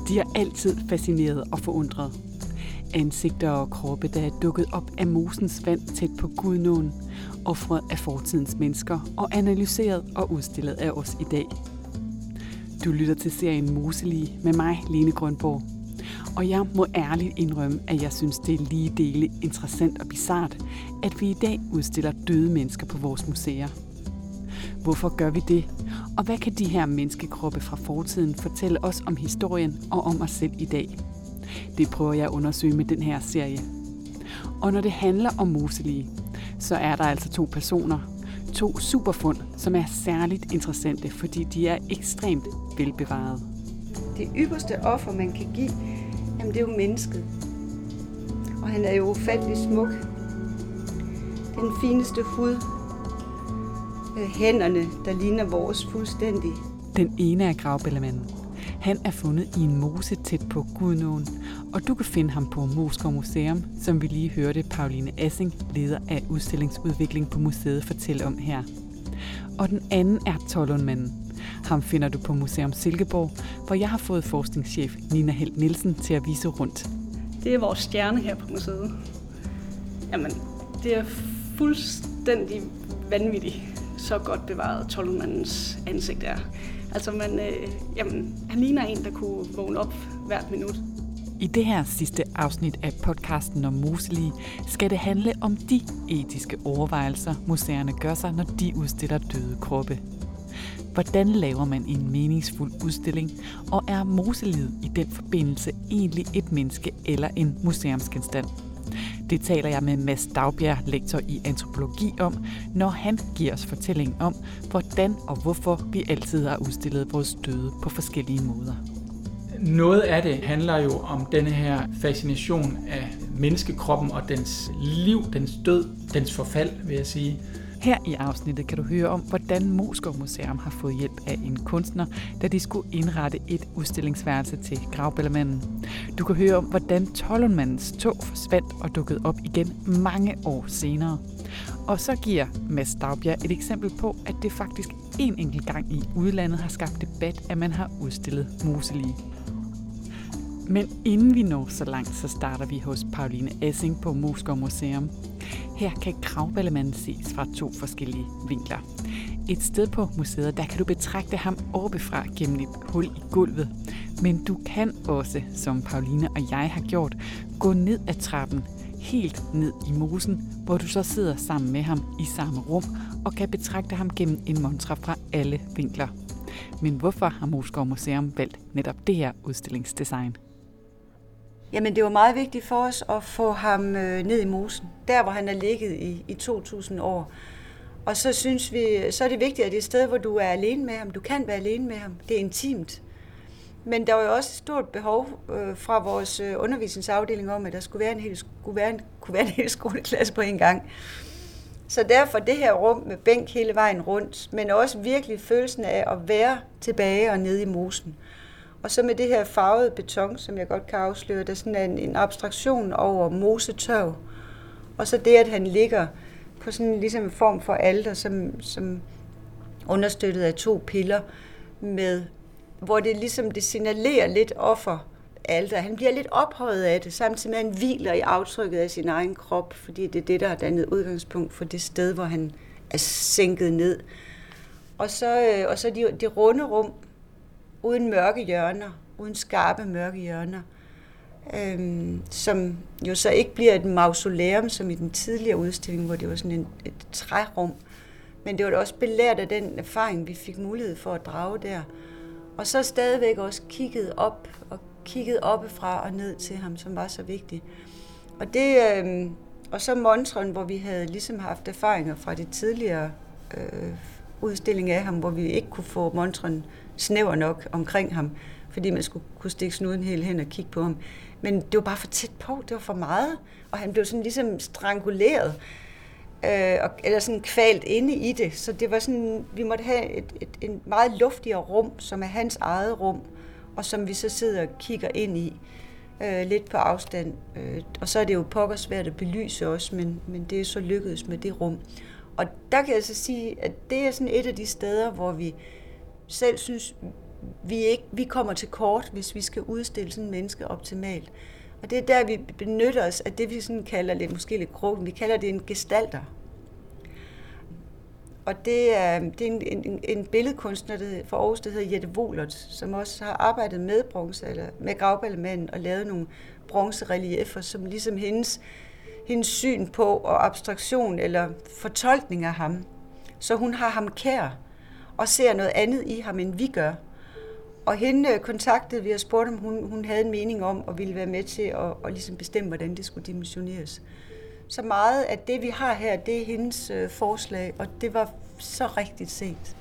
De har altid fascineret og forundret. Ansigter og kroppe, der er dukket op af mosens vand tæt på Gudnåen, ofret af fortidens mennesker og analyseret og udstillet af os i dag. Du lytter til serien Moselige med mig, Lene Grønborg. Og jeg må ærligt indrømme, at jeg synes, det er lige dele interessant og bizart, at vi i dag udstiller døde mennesker på vores museer. Hvorfor gør vi det? Og hvad kan de her menneskekroppe fra fortiden fortælle os om historien og om os selv i dag? Det prøver jeg at undersøge med den her serie. Og når det handler om moselige, så er der altså 2 personer. 2 superfund, som er særligt interessante, fordi de er ekstremt velbevaret. Det ypperste offer, man kan give, jamen det er jo mennesket. Og han er jo ufattelig smuk. Den fineste hud. Hænderne, der ligner vores fuldstændig. Den ene er gravbællemanden. Han er fundet i en mose tæt på Gudnåen, og du kan finde ham på Moesgaard Museum, som vi lige hørte Pauline Assing, leder af udstillingsudvikling på museet, fortælle om her. Og den anden er Tollundmanden. Ham finder du på Museum Silkeborg, hvor jeg har fået forskningschef Nina Helt Nielsen til at vise rundt. Det er vores stjerne her på museet. Jamen, det er fuldstændig vanvittigt, så godt bevaret Tollundmandens ansigt er. Altså, han ligner en, der kunne vågne op hvert minut. I det her sidste afsnit af podcasten om moselige skal det handle om de etiske overvejelser, museerne gør sig, når de udstiller døde kroppe. Hvordan laver man en meningsfuld udstilling, og er moselivet i den forbindelse egentlig et menneske eller en museumsgenstand? Det taler jeg med Mads Daugbjerg, lektor i antropologi, om, når han giver os fortælling om, hvordan og hvorfor vi altid har udstillet vores døde på forskellige måder. Noget af det handler jo om denne her fascination af menneskekroppen og dens liv, dens død, dens forfald, vil jeg sige. Her i afsnittet kan du høre om, hvordan Moesgaard Museum har fået hjælp af en kunstner, da de skulle indrette et udstillingsværelse til gravbællemanden. Du kan høre om, hvordan Tollundmandens tog forsvandt og dukkede op igen mange år senere. Og så giver Mads Daugbjerg et eksempel på, at det faktisk en enkelt gang i udlandet har skabt debat, at man har udstillet moselige. Men inden vi når så langt, så starter vi hos Pauline Assing på Moesgaard Museum. Her kan gravbællemanden ses fra 2 forskellige vinkler. Et sted på museet, der kan du betragte ham oppefra gennem et hul i gulvet. Men du kan også, som Pauline og jeg har gjort, gå ned ad trappen, helt ned i mosen, hvor du så sidder sammen med ham i samme rum og kan betragte ham gennem en montre fra alle vinkler. Men hvorfor har Moesgaard Museum valgt netop det her udstillingsdesign? Jamen det var meget vigtigt for os at få ham ned i mosen, der hvor han har ligget i 2000 år. Og så synes vi, så er det vigtigt, at det er et sted, hvor du er alene med ham. Du kan være alene med ham. Det er intimt. Men der var jo også et stort behov fra vores undervisningsafdeling om, at der skulle være en hel skoleklasse på en gang. Så derfor det her rum med bænk hele vejen rundt, men også virkelig følelsen af at være tilbage og nede i mosen. Og så med det her farvede beton, som jeg godt kan afsløre, der sådan er en abstraktion over mosetørv. Og så det, at han ligger på sådan ligesom en form for alter, som understøttet af 2 piller, hvor det ligesom det signalerer lidt offer alter. Han bliver lidt ophøjet af det, samtidig med at han hviler i aftrykket af sin egen krop, fordi det er det, der har dannet udgangspunkt for det sted, hvor han er sænket ned. Og så de runde rum, uden mørke hjørner, uden skarpe mørke hjørner, som jo så ikke bliver et mausoleum, som i den tidligere udstilling, hvor det var sådan et trærum. Men det var da også belært af den erfaring, vi fik mulighed for at drage der. Og så stadigvæk også kigget oppefra og ned til ham, som var så vigtigt. Og så montren, hvor vi havde ligesom haft erfaringer fra det tidligere udstilling af ham, hvor vi ikke kunne få montren snæver nok omkring ham, fordi man skulle kunne stikke snuden helt hen og kigge på ham. Men det var bare for tæt på, det var for meget, og han blev sådan ligesom stranguleret, eller sådan kvalt inde i det. Så det var sådan, vi måtte have et meget luftigere rum, som er hans eget rum, og som vi så sidder og kigger ind i, lidt på afstand. Og så er det jo pokker svært at belyse også, men det er så lykkedes med det rum. Og der kan jeg så sige, at det er sådan et af de steder, hvor vi selv synes, vi kommer til kort, hvis vi skal udstille sådan en menneske optimalt. Og det er der, vi benytter os af det, vi sådan kalder lidt, måske lidt krukken, vi kalder det en gestalter. Og det er en billedkunstner fra Aarhus, der hedder Jette Wohlert, som også har arbejdet med bronze, eller med Gravballemanden, og lavet nogle bronzerelieffer, som ligesom hendes syn på og abstraktion eller fortolkning af ham. Så hun har ham kær og ser noget andet i ham, end vi gør. Og hende kontaktede vi og spurgte, om hun havde en mening om og ville være med til at ligesom bestemme, hvordan det skulle dimensioneres. Så meget af det, vi har her, det er hendes forslag, og det var så rigtigt set.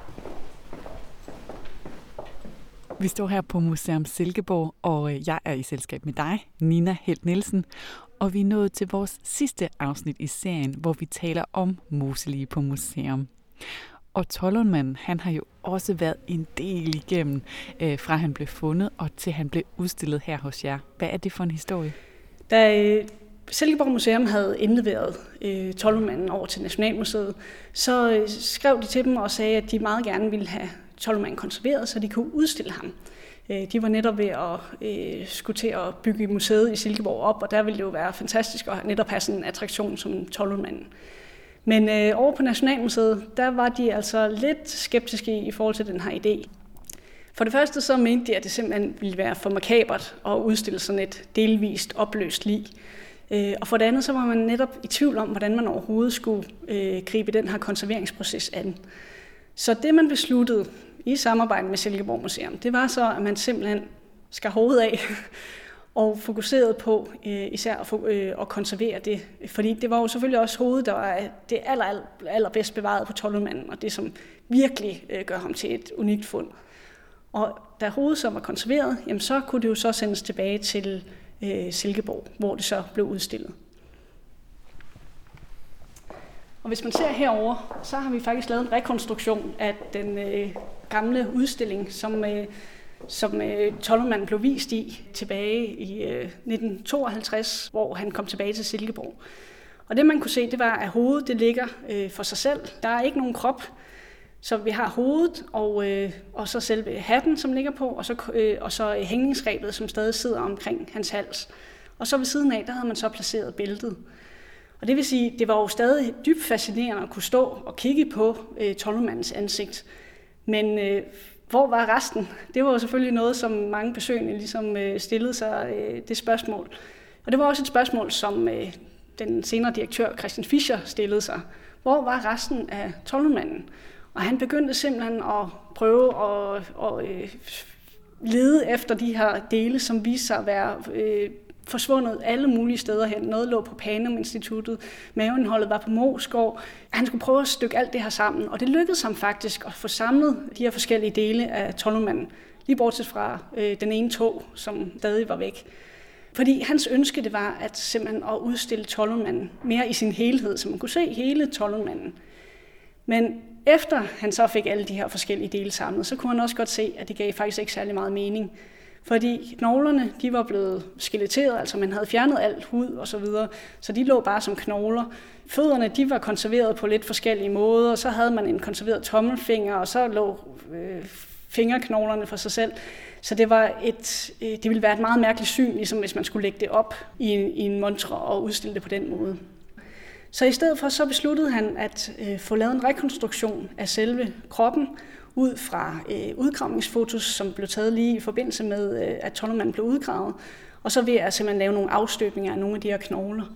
Vi står her på Museum Silkeborg, og jeg er i selskab med dig, Nina Helt Nielsen, og vi er nået til vores sidste afsnit i serien, hvor vi taler om moselige på museum. Og Tollundmanden, han har jo også været en del igennem, fra han blev fundet og til han blev udstillet her hos jer. Hvad er det for en historie? Da Silkeborg Museum havde indleveret Tollundmanden over til Nationalmuseet, så skrev de til dem og sagde, at de meget gerne ville have Tollundmanden konserveret, så de kunne udstille ham. De var netop ved at skulle til at bygge museet i Silkeborg op, og der ville det jo være fantastisk at netop have sådan en attraktion som Tollundmanden. Men over på Nationalmuseet, der var de altså lidt skeptiske i forhold til den her idé. For det første så mente de, at det simpelthen ville være for makabert at udstille sådan et delvist opløst lig. Og for det andet så var man netop i tvivl om, hvordan man overhovedet skulle gribe den her konserveringsproces an. Så det man besluttede i samarbejde med Silkeborg Museum, det var så, at man simpelthen skar hovedet af og fokuserede på især at konservere det. Fordi det var jo selvfølgelig også hovedet, der var det allerbedst bevaret på Tollundmanden, og det som virkelig gør ham til et unikt fund. Og da hovedet så var konserveret, jamen så kunne det jo så sendes tilbage til Silkeborg, hvor det så blev udstillet. Og hvis man ser herover, så har vi faktisk lavet en rekonstruktion af den gamle udstilling, som Tollundmanden blev vist i tilbage i 1952, hvor han kom tilbage til Silkeborg. Og det man kunne se, det var, at hovedet det ligger for sig selv. Der er ikke nogen krop, så vi har hovedet og så selve hatten, som ligger på, og så hængningsrebet, som stadig sidder omkring hans hals. Og så ved siden af, der havde man så placeret bæltet. Og det vil sige, det var jo stadig dybt fascinerende at kunne stå og kigge på Tollundmandens ansigt. Men hvor var resten? Det var jo selvfølgelig noget, som mange besøgende ligesom stillede sig det spørgsmål. Og det var også et spørgsmål, som den senere direktør Christian Fischer stillede sig. Hvor var resten af Tollundmanden? Og han begyndte simpelthen at prøve at lede efter de her dele, som viste sig at være forsvundet alle mulige steder hen. Noget lå på Panum Instituttet, maveindholdet var på Moesgaard. Han skulle prøve at stykke alt det her sammen, og det lykkedes ham faktisk at få samlet de her forskellige dele af Tollundmanden, lige bortset fra den ene tog, som stadig var væk. Fordi hans ønske det var at simpelthen at udstille Tollundmanden mere i sin helhed, så man kunne se hele Tollundmanden. Men efter han så fik alle de her forskellige dele samlet, så kunne han også godt se, at det gav faktisk ikke særlig meget mening. Fordi knoglerne, de var blevet skeletteret, altså man havde fjernet alt hud og så videre, så de lå bare som knogler. Fødderne, de var konserveret på lidt forskellige måder, og så havde man en konserveret tommelfinger, og så lå fingerknoglerne for sig selv. Så det ville være et meget mærkeligt syn, ligesom hvis man skulle lægge det op i en montre og udstille det på den måde. Så i stedet for så besluttede han at få lavet en rekonstruktion af selve kroppen, ud fra udgravningsfotos, som blev taget lige i forbindelse med, at Tollundmanden blev udgravet, og så ved at simpelthen lave nogle afstøbninger af nogle af de her knogler.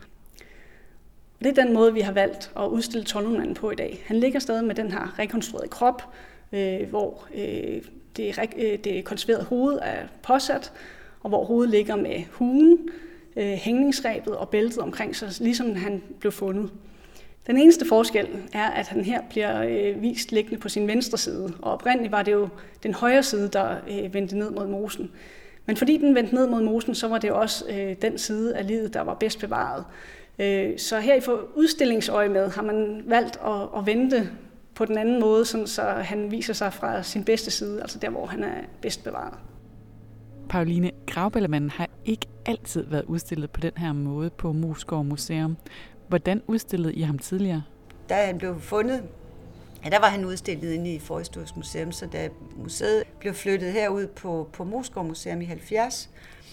Og det er den måde, vi har valgt at udstille Tollundmanden på i dag. Han ligger stadig med den her rekonstruerede krop, hvor det konserverede hoved er påsat, og hvor hovedet ligger med hugen, hængningsrebet og bæltet omkring sig, ligesom han blev fundet. Den eneste forskel er, at han her bliver vist liggende på sin venstre side, og oprindeligt var det jo den højre side, der vendte ned mod mosen. Men fordi den vendte ned mod mosen, så var det jo også den side af livet, der var bedst bevaret. Så her i udstillingsøje med har man valgt at vente på den anden måde, sådan så han viser sig fra sin bedste side, altså der, hvor han er bedst bevaret. Pauline, Gravballemanden har ikke altid været udstillet på den her måde på Moesgaard Museum. Hvordan udstillede I ham tidligere? Da han blev fundet Ja, der var han udstillet inde i Forhistorisk Museum, så da museet blev flyttet herud på Moesgaard Museum i 70,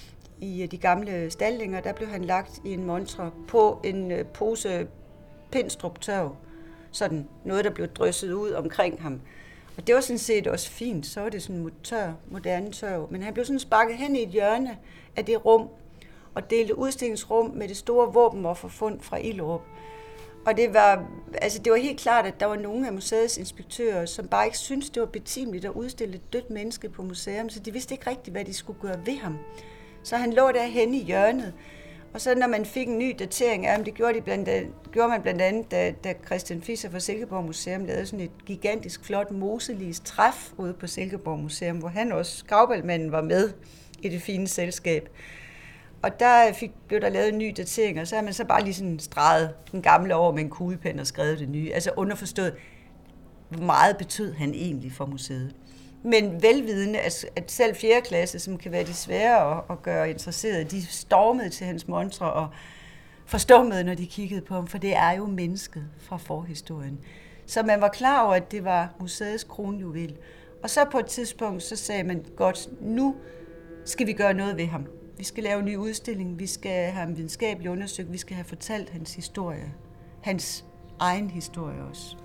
i de gamle stallinger, der blev han lagt i en montre på en pose Pindstrup tørv. Sådan noget, der blev drysset ud omkring ham. Og det var sådan set også fint, så var det sådan moderne tørv. Men han blev sådan sparket hen i et hjørne af det rum, og delte udstillingsrum med det store våbenofferfund fra Illerup. Og det var helt klart, at der var nogle af museets inspektører, som bare ikke syntes, det var betimeligt at udstille et dødt menneske på museum, så de vidste ikke rigtigt, hvad de skulle gøre ved ham. Så han lå derhen i hjørnet. Og så når man fik en ny datering af ham, det gjorde man blandt andet, da Christian Fischer fra Silkeborg Museum lavede sådan et gigantisk flot moselis træf ude på Silkeborg Museum, hvor han også, Gravbælmanden, var med i det fine selskab. Og der blev der lavet en ny datering, og så har man så bare lige sådan streget den gamle over med en kuglepen og skrevet det nye. Altså underforstået, hvor meget betød han egentlig for museet. Men velvidende, at selv 4. klasse, som kan være de svære at gøre interesserede, de stormede til hans montre og forstummede, når de kiggede på ham, for det er jo mennesket fra forhistorien. Så man var klar over, at det var museets kronjuvel. Og så på et tidspunkt, så sagde man, godt, nu skal vi gøre noget ved ham. Vi skal lave en ny udstilling, vi skal have ham videnskabeligt undersøgt, vi skal have fortalt hans historie. Hans egen historie også.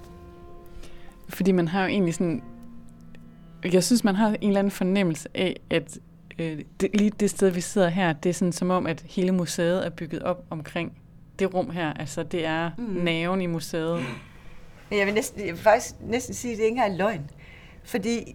Fordi man har jo egentlig sådan... Jeg synes, man har en eller anden fornemmelse af, at lige det sted, vi sidder her, det er sådan som om, at hele museet er bygget op omkring det rum her. Altså, det er nerven i museet. Jeg vil faktisk næsten sige, at det ikke engang er løgn. Fordi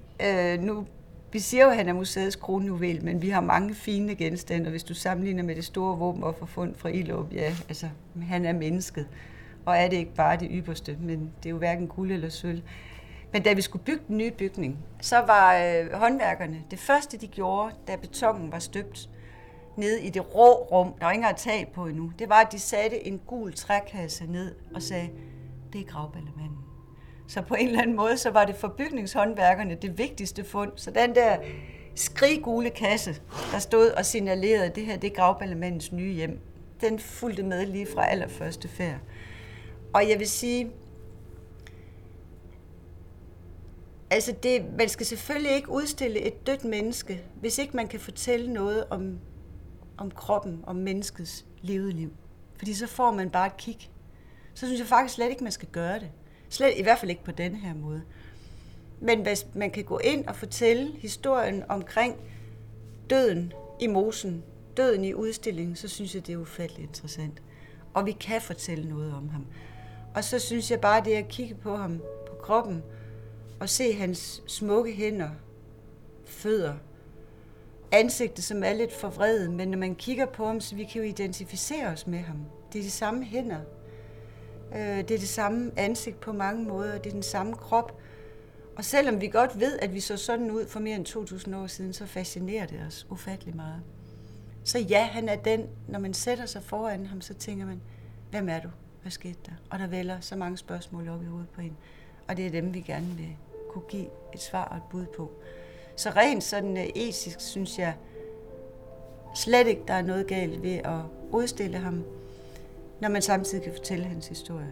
vi siger jo, at han er museets kronjuvel, men vi har mange fine genstande, og hvis du sammenligner med det store våbenofferfund fra Illerup, ja, altså, han er mennesket. Og er det ikke bare det ypperste, men det er jo hverken guld eller sølv. Men da vi skulle bygge den nye bygning, så var håndværkerne, det første de gjorde, da betonen var støbt nede i det rå rum, der var ikke engang tag på endnu, det var, at de satte en gul trækasse ned og sagde, det er Gravbælmanden. Så på en eller anden måde, så var det for bygningshåndværkerne det vigtigste fund. Så den der skriggule kasse, der stod og signalerede, at det her det er Gravbælmandens nye hjem, den fulgte med lige fra allerførste færd. Og jeg vil sige, altså man skal selvfølgelig ikke udstille et dødt menneske, hvis ikke man kan fortælle noget om kroppen, om menneskets levede liv. Fordi så får man bare et kig. Så synes jeg faktisk slet ikke, man skal gøre det. I hvert fald ikke på denne her måde. Men hvis man kan gå ind og fortælle historien omkring døden i mosen, døden i udstillingen, så synes jeg, det er ufatteligt interessant. Og vi kan fortælle noget om ham. Og så synes jeg bare, det at kigge på ham, på kroppen, og se hans smukke hænder, fødder, ansigtet, som er lidt forvredet, men når man kigger på ham, så vi kan jo identificere os med ham. Det er de samme hænder. Det er det samme ansigt på mange måder, det er den samme krop. Og selvom vi godt ved, at vi så sådan ud for mere end 2000 år siden, så fascinerer det os ufattelig meget. Så ja, han er den, når man sætter sig foran ham, så tænker man, hvem er du? Hvad skete der? Og der vælger så mange spørgsmål op i hovedet på en. Og det er dem, vi gerne vil kunne give et svar og et bud på. Så rent sådan etisk, synes jeg slet ikke, der er noget galt ved at udstille ham, når man samtidig kan fortælle hans historie.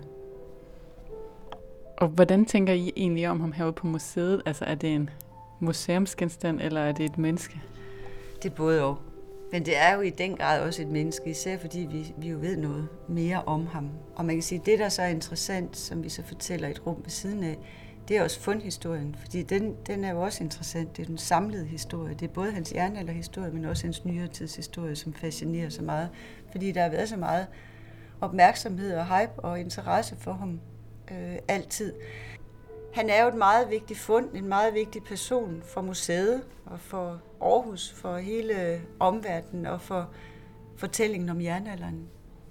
Og hvordan tænker I egentlig om ham herude på museet? Altså er det en museumsgenstand, eller er det et menneske? Det er både og. Men det er jo i den grad også et menneske, især fordi vi jo ved noget mere om ham. Og man kan sige, at det, der så er interessant, som vi så fortæller i et rum ved siden af, det er også fundhistorien. Fordi den er jo også interessant. Det er den samlede historie. Det er både hans jernalderhistorie, men også hans nyere tidshistorie, som fascinerer så meget. Fordi der har været så meget opmærksomhed og hype og interesse for ham altid. Han er jo et meget vigtigt fund, en meget vigtig person for museet og for Aarhus, for hele omverdenen og for fortællingen om jernalderen.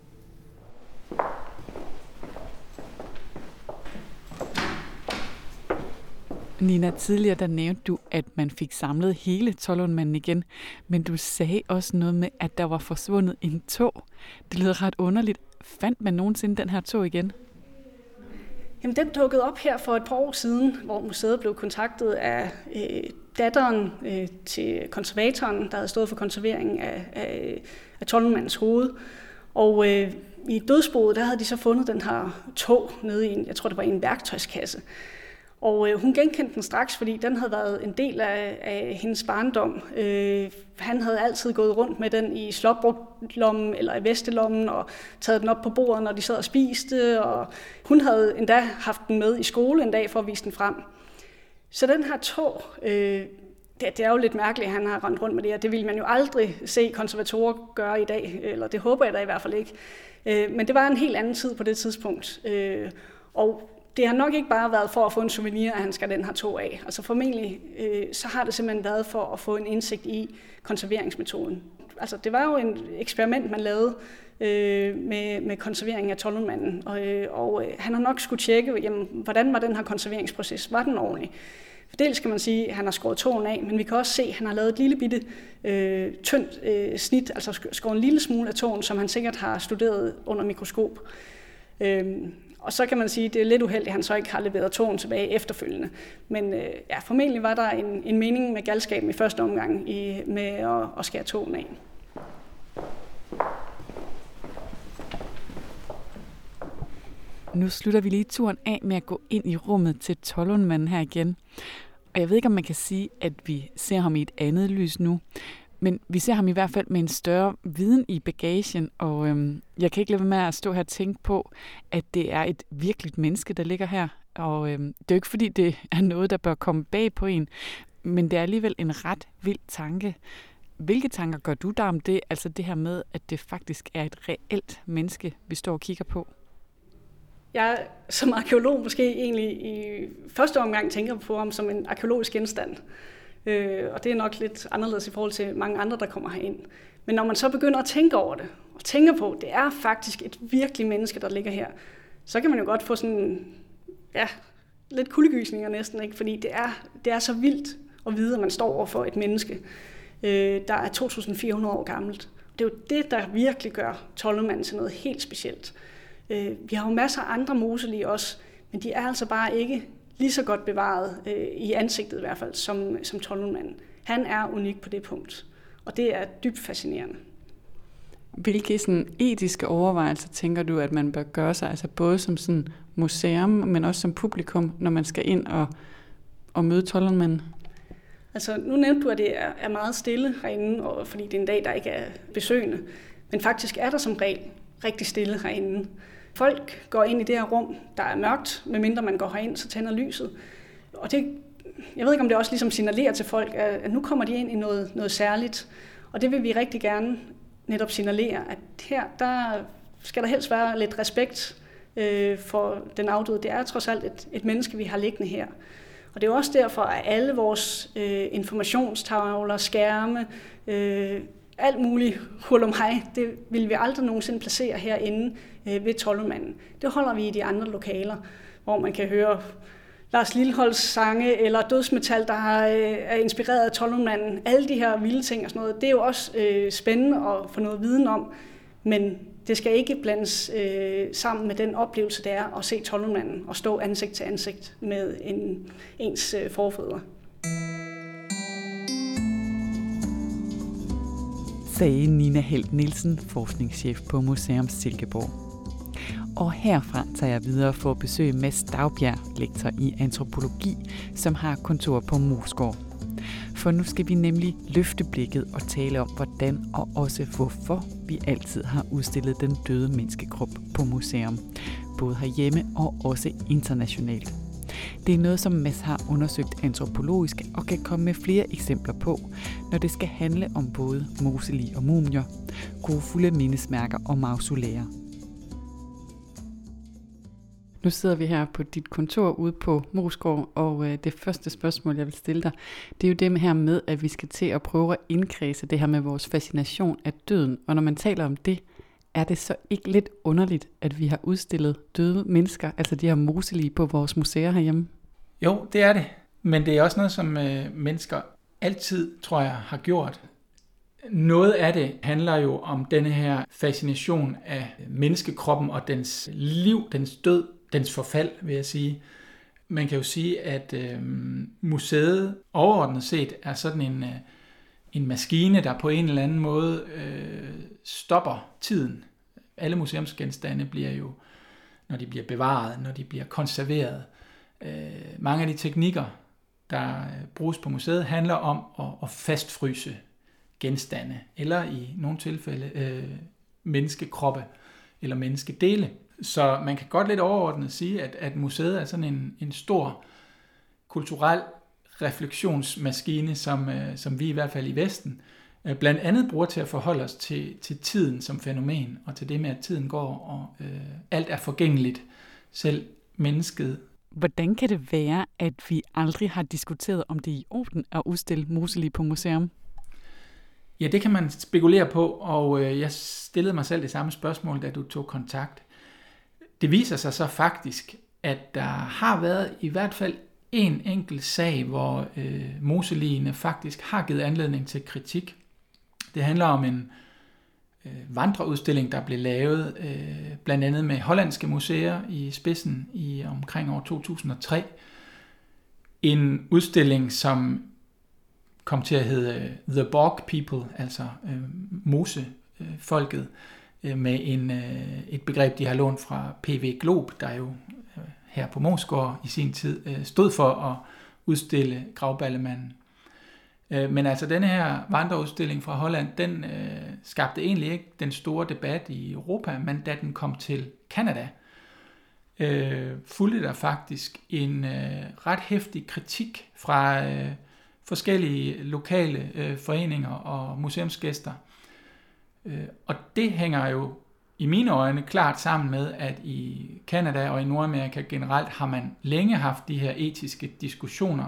Nina, tidligere der nævnte du, at man fik samlet hele Tollundmanden igen, men du sagde også noget med, at der var forsvundet en tog. Det lyder ret underligt. Fandt man nogensinde den her tog igen? Jamen, den dukkede op her for et par år siden, hvor museet blev kontaktet af datteren til konservatoren, der havde stået for konserveringen af Tollundmandens hoved. Og i dødsboet, der havde de så fundet den her tog nede i jeg tror det var en værktøjskasse. Og hun genkendte den straks, fordi den havde været en del af hendes barndom. Han havde altid gået rundt med den i slåbrugtlommen eller i vestelommen og taget den op på bordet, når de sad og spiste. Og hun havde endda haft den med i skole en dag for at vise den frem. Så den her tog, det er jo lidt mærkeligt, at han har rendt rundt med det her. Det ville man jo aldrig se konservatorer gøre i dag, eller det håber jeg da i hvert fald ikke. Men det var en helt anden tid på det tidspunkt. Og det har nok ikke bare været for at få en souvenir, at han skal den her tog af. Altså formentlig så har det simpelthen været for at få en indsigt i konserveringsmetoden. Altså det var jo et eksperiment, man lavede med konservering af Tollundmanden. Og han har nok skulle tjekke, jamen, hvordan var den her konserveringsproces? Var den ordentlig? For dels kan man sige, at han har skåret tåen af, men vi kan også se, at han har lavet et lille bitte tyndt snit, altså skåret en lille smule af tåen, som han sikkert har studeret under mikroskop. Og så kan man sige, at det er lidt uheldigt, at han så ikke har leveret tåen tilbage efterfølgende. Men formentlig var der en mening med galskaben i første omgang med at skære tåen af. Nu slutter vi lige turen af med at gå ind i rummet til Tollundmanden her igen. Og jeg ved ikke, om man kan sige, at vi ser ham i et andet lys nu. Men vi ser ham i hvert fald med en større viden i bagagen, og jeg kan ikke lade være med at stå her og tænke på, at det er et virkeligt menneske, der ligger her. Og det er jo ikke, fordi det er noget, der bør komme bag på en, men det er alligevel en ret vild tanke. Hvilke tanker gør du der om det? Altså det her med, at det faktisk er et reelt menneske, vi står og kigger på. Jeg som arkeolog måske egentlig i første omgang tænker på ham som en arkæologisk genstand. Og det er nok lidt anderledes i forhold til mange andre, der kommer herind. Men når man så begynder at tænke over det, og tænker på, at det er faktisk et virkelig menneske, der ligger her, så kan man jo godt få sådan, lidt kuldegysninger næsten, ikke? Fordi det er så vildt at vide, at man står over for et menneske, der er 2.400 år gammelt. Det er jo det, der virkelig gør Tollundmanden til noget helt specielt. Vi har jo masser af andre moselige også, men de er altså bare ikke lige så godt bevaret, i ansigtet i hvert fald, som Tollundmanden. Han er unik på det punkt, og det er dybt fascinerende. Hvilke sådan etiske overvejelser tænker du, at man bør gøre sig, altså både som sådan museum, men også som publikum, når man skal ind og møde Tollundmanden? Altså nu nævnte du, at det er meget stille herinde, fordi det er en dag, der ikke er besøgende. Men faktisk er der som regel rigtig stille herinde. Folk går ind i det her rum, der er mørkt, medmindre man går herind, så tænder lyset. Og det, jeg ved ikke, om det også ligesom signalerer til folk, at nu kommer de ind i noget særligt. Og det vil vi rigtig gerne netop signalere, at her der skal der helst være lidt respekt for den afdøde. Det er trods alt et menneske, vi har liggende her. Og det er også derfor, at alle vores informationstavler, skærme, alt muligt hul om hej, det vil vi aldrig nogensinde placere herinde ved Tollundmanden. Det holder vi i de andre lokaler, hvor man kan høre Lars Lilholds sange eller dødsmetal, der er inspireret af Tollundmanden. Alle de her vilde ting og sådan noget, det er jo også spændende at få noget viden om, men det skal ikke blandes sammen med den oplevelse, det er at se Tollundmanden og stå ansigt til ansigt med ens forfædre. Sagde Nina Helt Nielsen, forskningschef på Museum Silkeborg. Og herfra tager jeg videre for at besøge Mads Daugbjerg, lektor i antropologi, som har kontor på Moesgaard. For nu skal vi nemlig løfte blikket og tale om, hvordan og også hvorfor vi altid har udstillet den døde menneskekrop på museum. Både herhjemme og også internationalt. Det er noget, som Mads har undersøgt antropologisk og kan komme med flere eksempler på, når det skal handle om både moselige og mumier, grufulde mindesmærker og mausolæer. Nu sidder vi her på dit kontor ude på Moesgaard, og det første spørgsmål, jeg vil stille dig, det er jo det her med, at vi skal til at prøve at indkredse det her med vores fascination af døden. Og når man taler om det, er det så ikke lidt underligt, at vi har udstillet døde mennesker, altså de her moselige, på vores museer herhjemme? Jo, det er det. Men det er også noget, som mennesker altid, tror jeg, har gjort. Noget af det handler jo om denne her fascination af menneskekroppen og dens liv, dens død, dens forfald, vil jeg sige. Man kan jo sige, at museet overordnet set er sådan en maskine, der på en eller anden måde stopper tiden. Alle museumsgenstande bliver jo, når de bliver bevaret, når de bliver konserveret, mange af de teknikker, der bruges på museet, handler om at fastfryse genstande, eller i nogle tilfælde menneskekroppe eller menneskedele. Så man kan godt lidt overordnet sige, at museet er sådan en stor kulturel refleksionsmaskine, som vi i hvert fald i Vesten blandt andet bruger til at forholde os til tiden som fænomen, og til det med, at tiden går, og alt er forgængeligt, selv mennesket. Hvordan kan det være, at vi aldrig har diskuteret, om det er i orden at udstille Moselig på museum? Ja, det kan man spekulere på, og jeg stillede mig selv det samme spørgsmål, da du tog kontakt. Det viser sig så faktisk, at der har været i hvert fald en enkelt sag, hvor moseligene faktisk har givet anledning til kritik. Det handler om en vandreudstilling, der blev lavet blandt andet med hollandske museer i spidsen i omkring år 2003. En udstilling, som kom til at hedde The Bog People, altså mosefolket, med et begreb, de har lånt fra P.V. Glob, der jo her på Moesgaard i sin tid stod for at udstille Grauballemanden. Men altså denne her vandreudstilling fra Holland, den skabte egentlig ikke den store debat i Europa, men da den kom til Canada, fulgte der faktisk en ret heftig kritik fra forskellige lokale foreninger og museumsgæster. Og det hænger jo i mine øjne klart sammen med, at i Canada og i Nordamerika generelt har man længe haft de her etiske diskussioner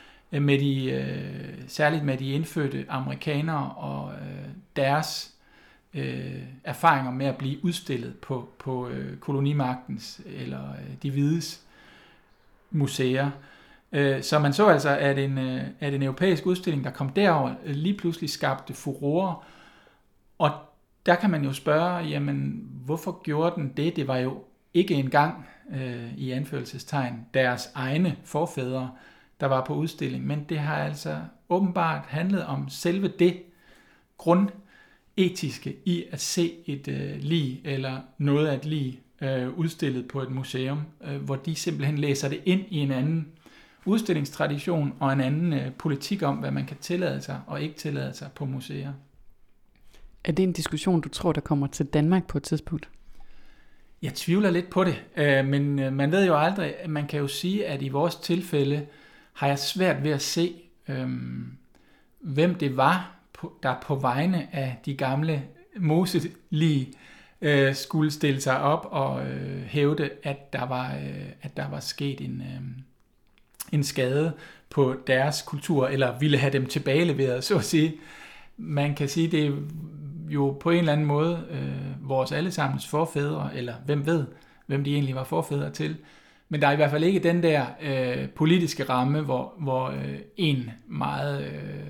med særligt med de indfødte amerikanere og deres erfaringer med at blive udstillet på kolonimagtens eller de hvides museer. Så man så altså, at en europæisk udstilling, der kom derover, lige pludselig skabte furore. Og der kan man jo spørge, jamen, hvorfor gjorde den det? Det var jo ikke engang, i anførselstegn, deres egne forfædre, der var på udstilling. Men det har altså åbenbart handlet om selve det grundetiske i at se et lig eller noget af et lig udstillet på et museum, hvor de simpelthen læser det ind i en anden udstillingstradition og en anden politik om, hvad man kan tillade sig og ikke tillade sig på museer. Er det en diskussion, du tror, der kommer til Danmark på et tidspunkt? Jeg tvivler lidt på det, men man ved jo aldrig. Man kan jo sige, at i vores tilfælde har jeg svært ved at se, hvem det var, der på vegne af de gamle moselige skulle stille sig op og hævde, at der var sket en skade på deres kultur, eller ville have dem tilbageleveret, så at sige. Man kan sige, det er jo på en eller anden måde vores allesammens forfædre, eller hvem ved, hvem de egentlig var forfædre til. Men der er i hvert fald ikke den der politiske ramme, hvor en meget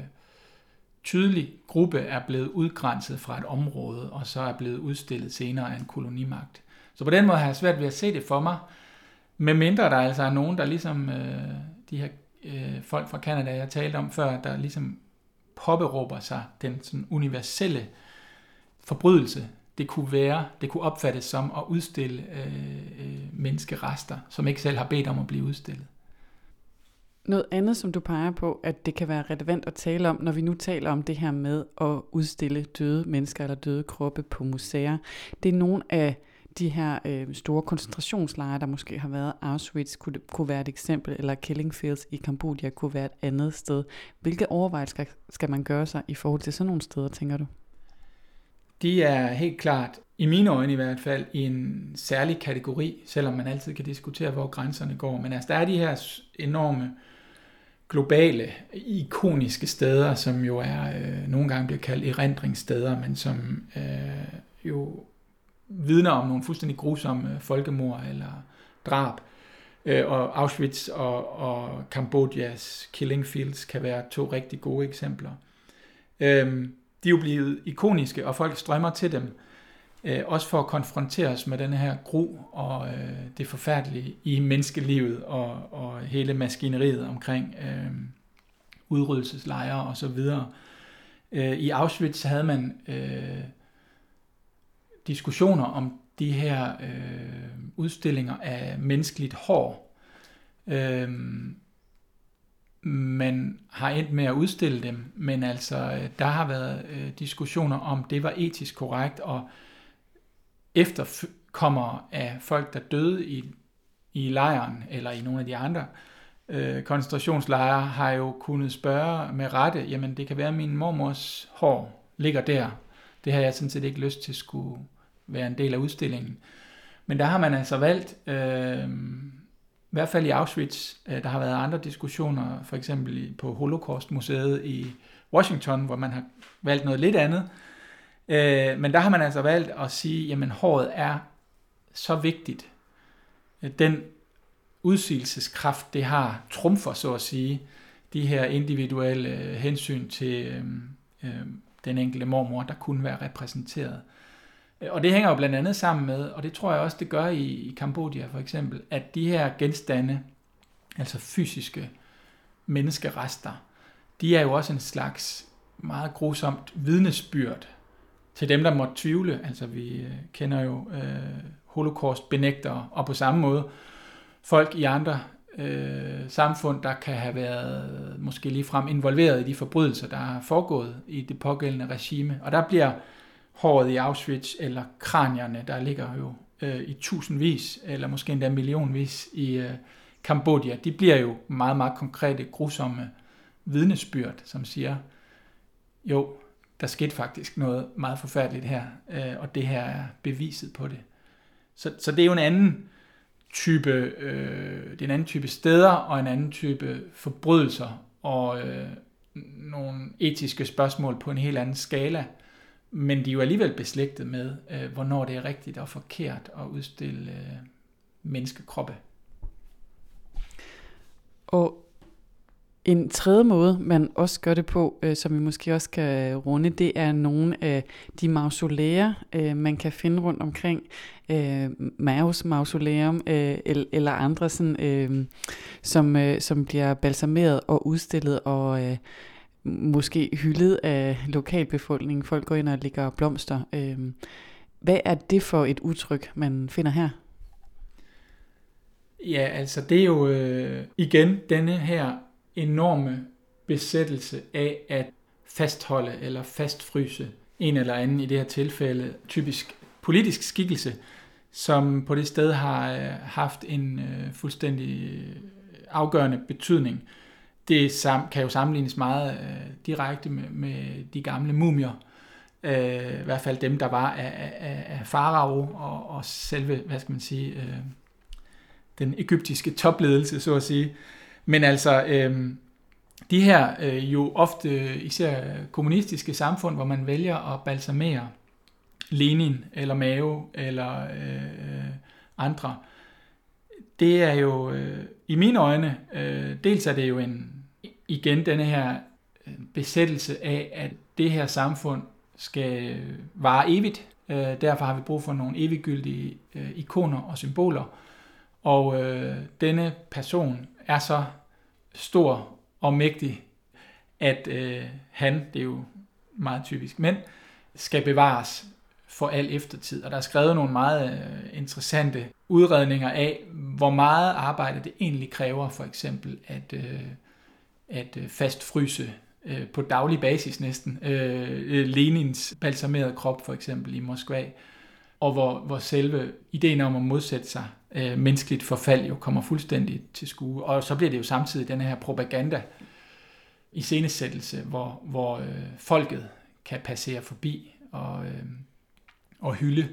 tydelig gruppe er blevet udgrænset fra et område, og så er blevet udstillet senere af en kolonimagt. Så på den måde har jeg svært ved at se det for mig, medmindre der altså er nogen, der ligesom de her folk fra Canada, jeg talte om før, der ligesom påberåber sig den sådan universelle forbrydelse, det kunne opfattes som at udstille menneskerester, som ikke selv har bedt om at blive udstillet. Noget andet, som du peger på, at det kan være relevant at tale om, når vi nu taler om det her med at udstille døde mennesker eller døde kroppe på museer, det er nogle af de her store koncentrationslejre, der måske har været. Auschwitz kunne være et eksempel, eller Killing Fields i Kambodja kunne være et andet sted. Hvilke overvejelser skal man gøre sig i forhold til sådan nogle steder, tænker du? De er helt klart, i mine øjne i hvert fald, i en særlig kategori, selvom man altid kan diskutere, hvor grænserne går. Men altså, der er de her enorme, globale, ikoniske steder, som jo nogle gange bliver kaldt erindringssteder, men som jo vidner om nogle fuldstændig grusomme folkemord eller drab. Og Auschwitz og Kambodjas Killing Fields kan være to rigtig gode eksempler. De er jo blevet ikoniske, og folk strømmer til dem, også for at konfrontere os med denne her gru og det forfærdelige i menneskelivet og hele maskineriet omkring udryddelseslejre og så videre. I Auschwitz havde man diskussioner om de her udstillinger af menneskeligt hår, Man har endt med at udstille dem, men altså, der har været diskussioner om, det var etisk korrekt, og efterkommere af folk, der døde i lejren, eller i nogle af de andre koncentrationslejre, har jo kunnet spørge med rette, jamen det kan være, at min mormors hår ligger der. Det har jeg sådan set ikke lyst til skulle være en del af udstillingen. Men der har man altså valgt, i hvert fald i Auschwitz, der har været andre diskussioner, for eksempel på Holocaust-museet i Washington, hvor man har valgt noget lidt andet. Men der har man altså valgt at sige, jamen håret er så vigtigt. Den udsigelseskraft, det har, trumfer så at sige, de her individuelle hensyn til den enkelte mormor, der kunne være repræsenteret. Og det hænger jo blandt andet sammen med, og det tror jeg også, det gør i Kambodja for eksempel, at de her genstande, altså fysiske menneskerester, de er jo også en slags meget grusomt vidnesbyrd til dem, der måtte tvivle. Altså vi kender jo holocaust-benægtere, og på samme måde folk i andre samfund, der kan have været måske ligefrem involveret i de forbrydelser, der er foregået i det pågældende regime. Og der bliver håret i Auschwitz, eller kranierne, der ligger jo i tusindvis, eller måske endda millionvis i Kambodja, de bliver jo meget, meget konkrete, grusomme vidnesbyrd, som siger, jo, der skete faktisk noget meget forfærdeligt her, og det her er beviset på det. Så det er jo en anden type steder, og en anden type forbrydelser, og nogle etiske spørgsmål på en helt anden skala, men de er jo alligevel beslægtet med, hvornår det er rigtigt og forkert at udstille menneskekroppe. Og en tredje måde, man også gør det på, som vi måske også kan runde, det er nogle af de mausolæer, man kan finde rundt omkring. Maos mausoleum eller andre, sådan, som bliver balsameret og udstillet og måske hyldet af lokalbefolkningen. Folk går ind og lægger blomster. Hvad er det for et udtryk, man finder her? Ja, altså det er jo igen denne her enorme besættelse af at fastholde eller fastfryse en eller anden, i det her tilfælde typisk politisk skikkelse, som på det sted har haft en fuldstændig afgørende betydning. Det kan jo sammenlignes meget direkte med de gamle mumier, i hvert fald dem, der var af farao og selve, hvad skal man sige, den egyptiske topledelse, så at sige. Men altså, de her jo ofte især kommunistiske samfund, hvor man vælger at balsamere Lenin eller Mao eller andre, det er jo i mine øjne, dels er det jo igen denne her besættelse af, at det her samfund skal vare evigt. Derfor har vi brug for nogle eviggyldige ikoner og symboler. Og denne person er så stor og mægtig, at han, det er jo meget typisk mænd, skal bevares for al eftertid. Og der er skrevet nogle meget interessante udredninger af, hvor meget arbejde det egentlig kræver, for eksempel at fastfryse på daglig basis næsten Lenins balsamerede krop, for eksempel i Moskva, og hvor selve ideen om at modsætte sig menneskeligt forfald jo kommer fuldstændig til skue. Og så bliver det jo samtidig den her propaganda iscenesættelse, hvor folket kan passere forbi og hylde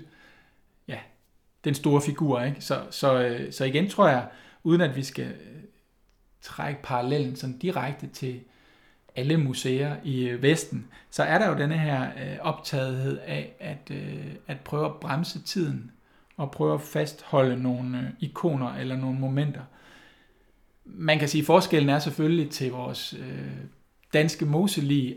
den store figur, ikke? Så igen tror jeg, uden at vi skal trække parallellen sådan direkte til alle museer i Vesten, så er der jo denne her optagethed af at prøve at bremse tiden og prøve at fastholde nogle ikoner eller nogle momenter. Man kan sige, at forskellen er selvfølgelig til vores danske moselig,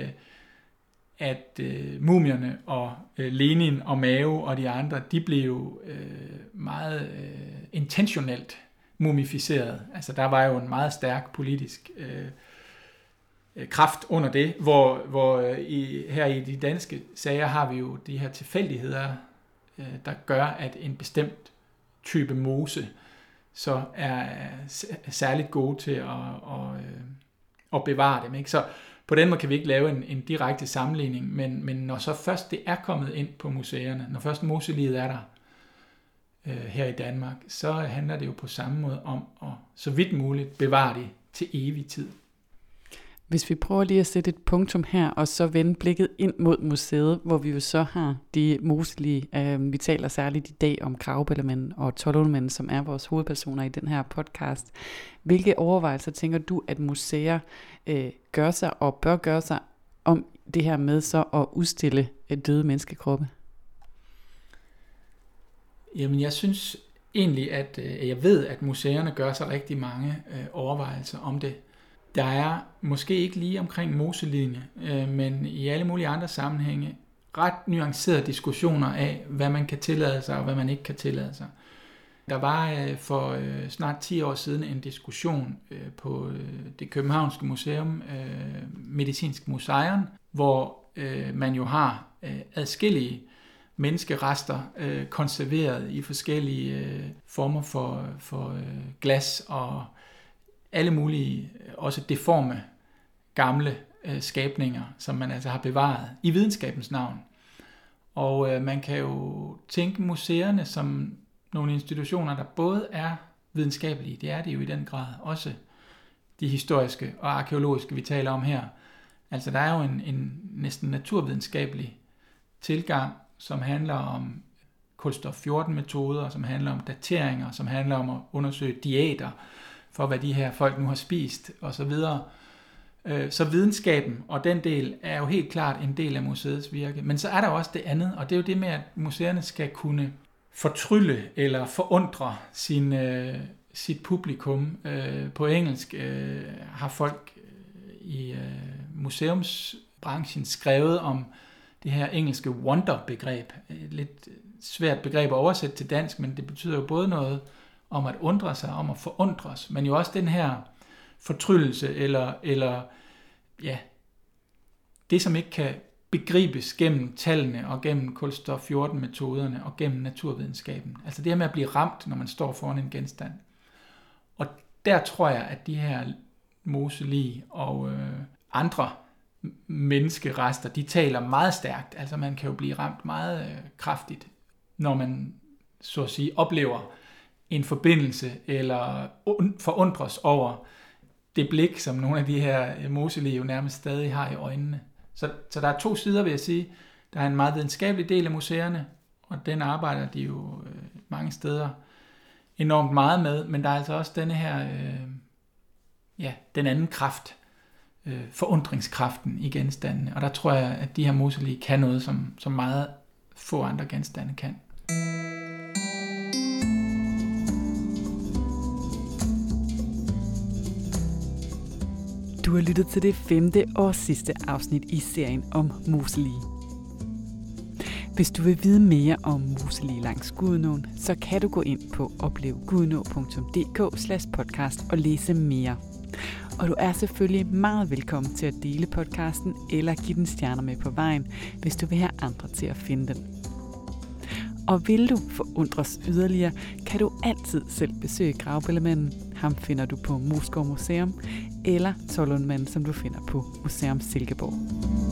at mumierne og Lenin og Mao og de andre, de blev meget intentionelt mumificeret. Altså der var jo en meget stærk politisk kraft under det, hvor her i de danske sager har vi jo de her tilfældigheder, der gør, at en bestemt type mose så er særligt gode til at bevare dem. Ikke? Så på den måde kan vi ikke lave en direkte sammenligning, men når så først det er kommet ind på museerne, når først moseliget er der her i Danmark, så handler det jo på samme måde om at så vidt muligt bevare det til evig tid. Hvis vi prøver lige at sætte et punktum her, og så vende blikket ind mod museet, hvor vi jo så har de moselige, vi taler særligt i dag om Graubellemanden og Tollundmanden, som er vores hovedpersoner i den her podcast. Hvilke overvejelser tænker du, at museer gør sig og bør gøre sig om det her med så at udstille døde menneskekroppe? Jamen jeg synes egentlig, at jeg ved, at museerne gør sig rigtig mange overvejelser om det. Der er måske ikke lige omkring moseligene, men i alle mulige andre sammenhænge ret nuancerede diskussioner af, hvad man kan tillade sig og hvad man ikke kan tillade sig. Der var for snart 10 år siden en diskussion på det københavnske museum, Medicinsk Museum, hvor man jo har adskillige menneskerester konserveret i forskellige former for glas og alle mulige, også deforme, gamle skabninger, som man altså har bevaret i videnskabens navn. Og man kan jo tænke museerne som nogle institutioner, der både er videnskabelige, det er det jo i den grad, også de historiske og arkæologiske, vi taler om her. Altså der er jo en næsten naturvidenskabelig tilgang, som handler om kulstof-14-metoder, som handler om dateringer, som handler om at undersøge diæter, for hvad de her folk nu har spist, og så videre. Så videnskaben og den del er jo helt klart en del af museets virke. Men så er der også det andet, og det er jo det med, at museerne skal kunne fortrylle eller forundre sit publikum. På engelsk har folk i museumsbranchen skrevet om det her engelske wonder-begreb. Et lidt svært begreb at oversætte til dansk, men det betyder jo både noget om at undre sig, om at forundres, men jo også den her fortryllelse, eller ja, det som ikke kan begribes gennem tallene, og gennem kulstof-14-metoderne, og gennem naturvidenskaben. Altså det her med at blive ramt, når man står foran en genstand. Og der tror jeg, at de her moselig og andre menneskerester, de taler meget stærkt. Altså man kan jo blive ramt meget kraftigt, når man så at sige oplever en forbindelse, eller forundres over det blik, som nogle af de her moselige jo nærmest stadig har i øjnene. Så der er 2 sider, vil jeg sige. Der er en meget videnskabelig del af museerne, og den arbejder de jo mange steder enormt meget med, men der er altså også denne her, den anden kraft, forundringskraften i genstandene, og der tror jeg, at de her moselige kan noget, som meget få andre genstande kan. Du har lyttet til det 5. og sidste afsnit i serien om moselige. Hvis du vil vide mere om moselige langs Gudenåen, så kan du gå ind på oplevgudenå.dk/podcast og læse mere. Og du er selvfølgelig meget velkommen til at dele podcasten eller give den stjerner med på vejen, hvis du vil have andre til at finde den. Og vil du forundres yderligere, kan du altid selv besøge Graubellemanden. Ham finder du på Moesgaard Museum, eller Tollundmanden, som du finder på Museum Silkeborg.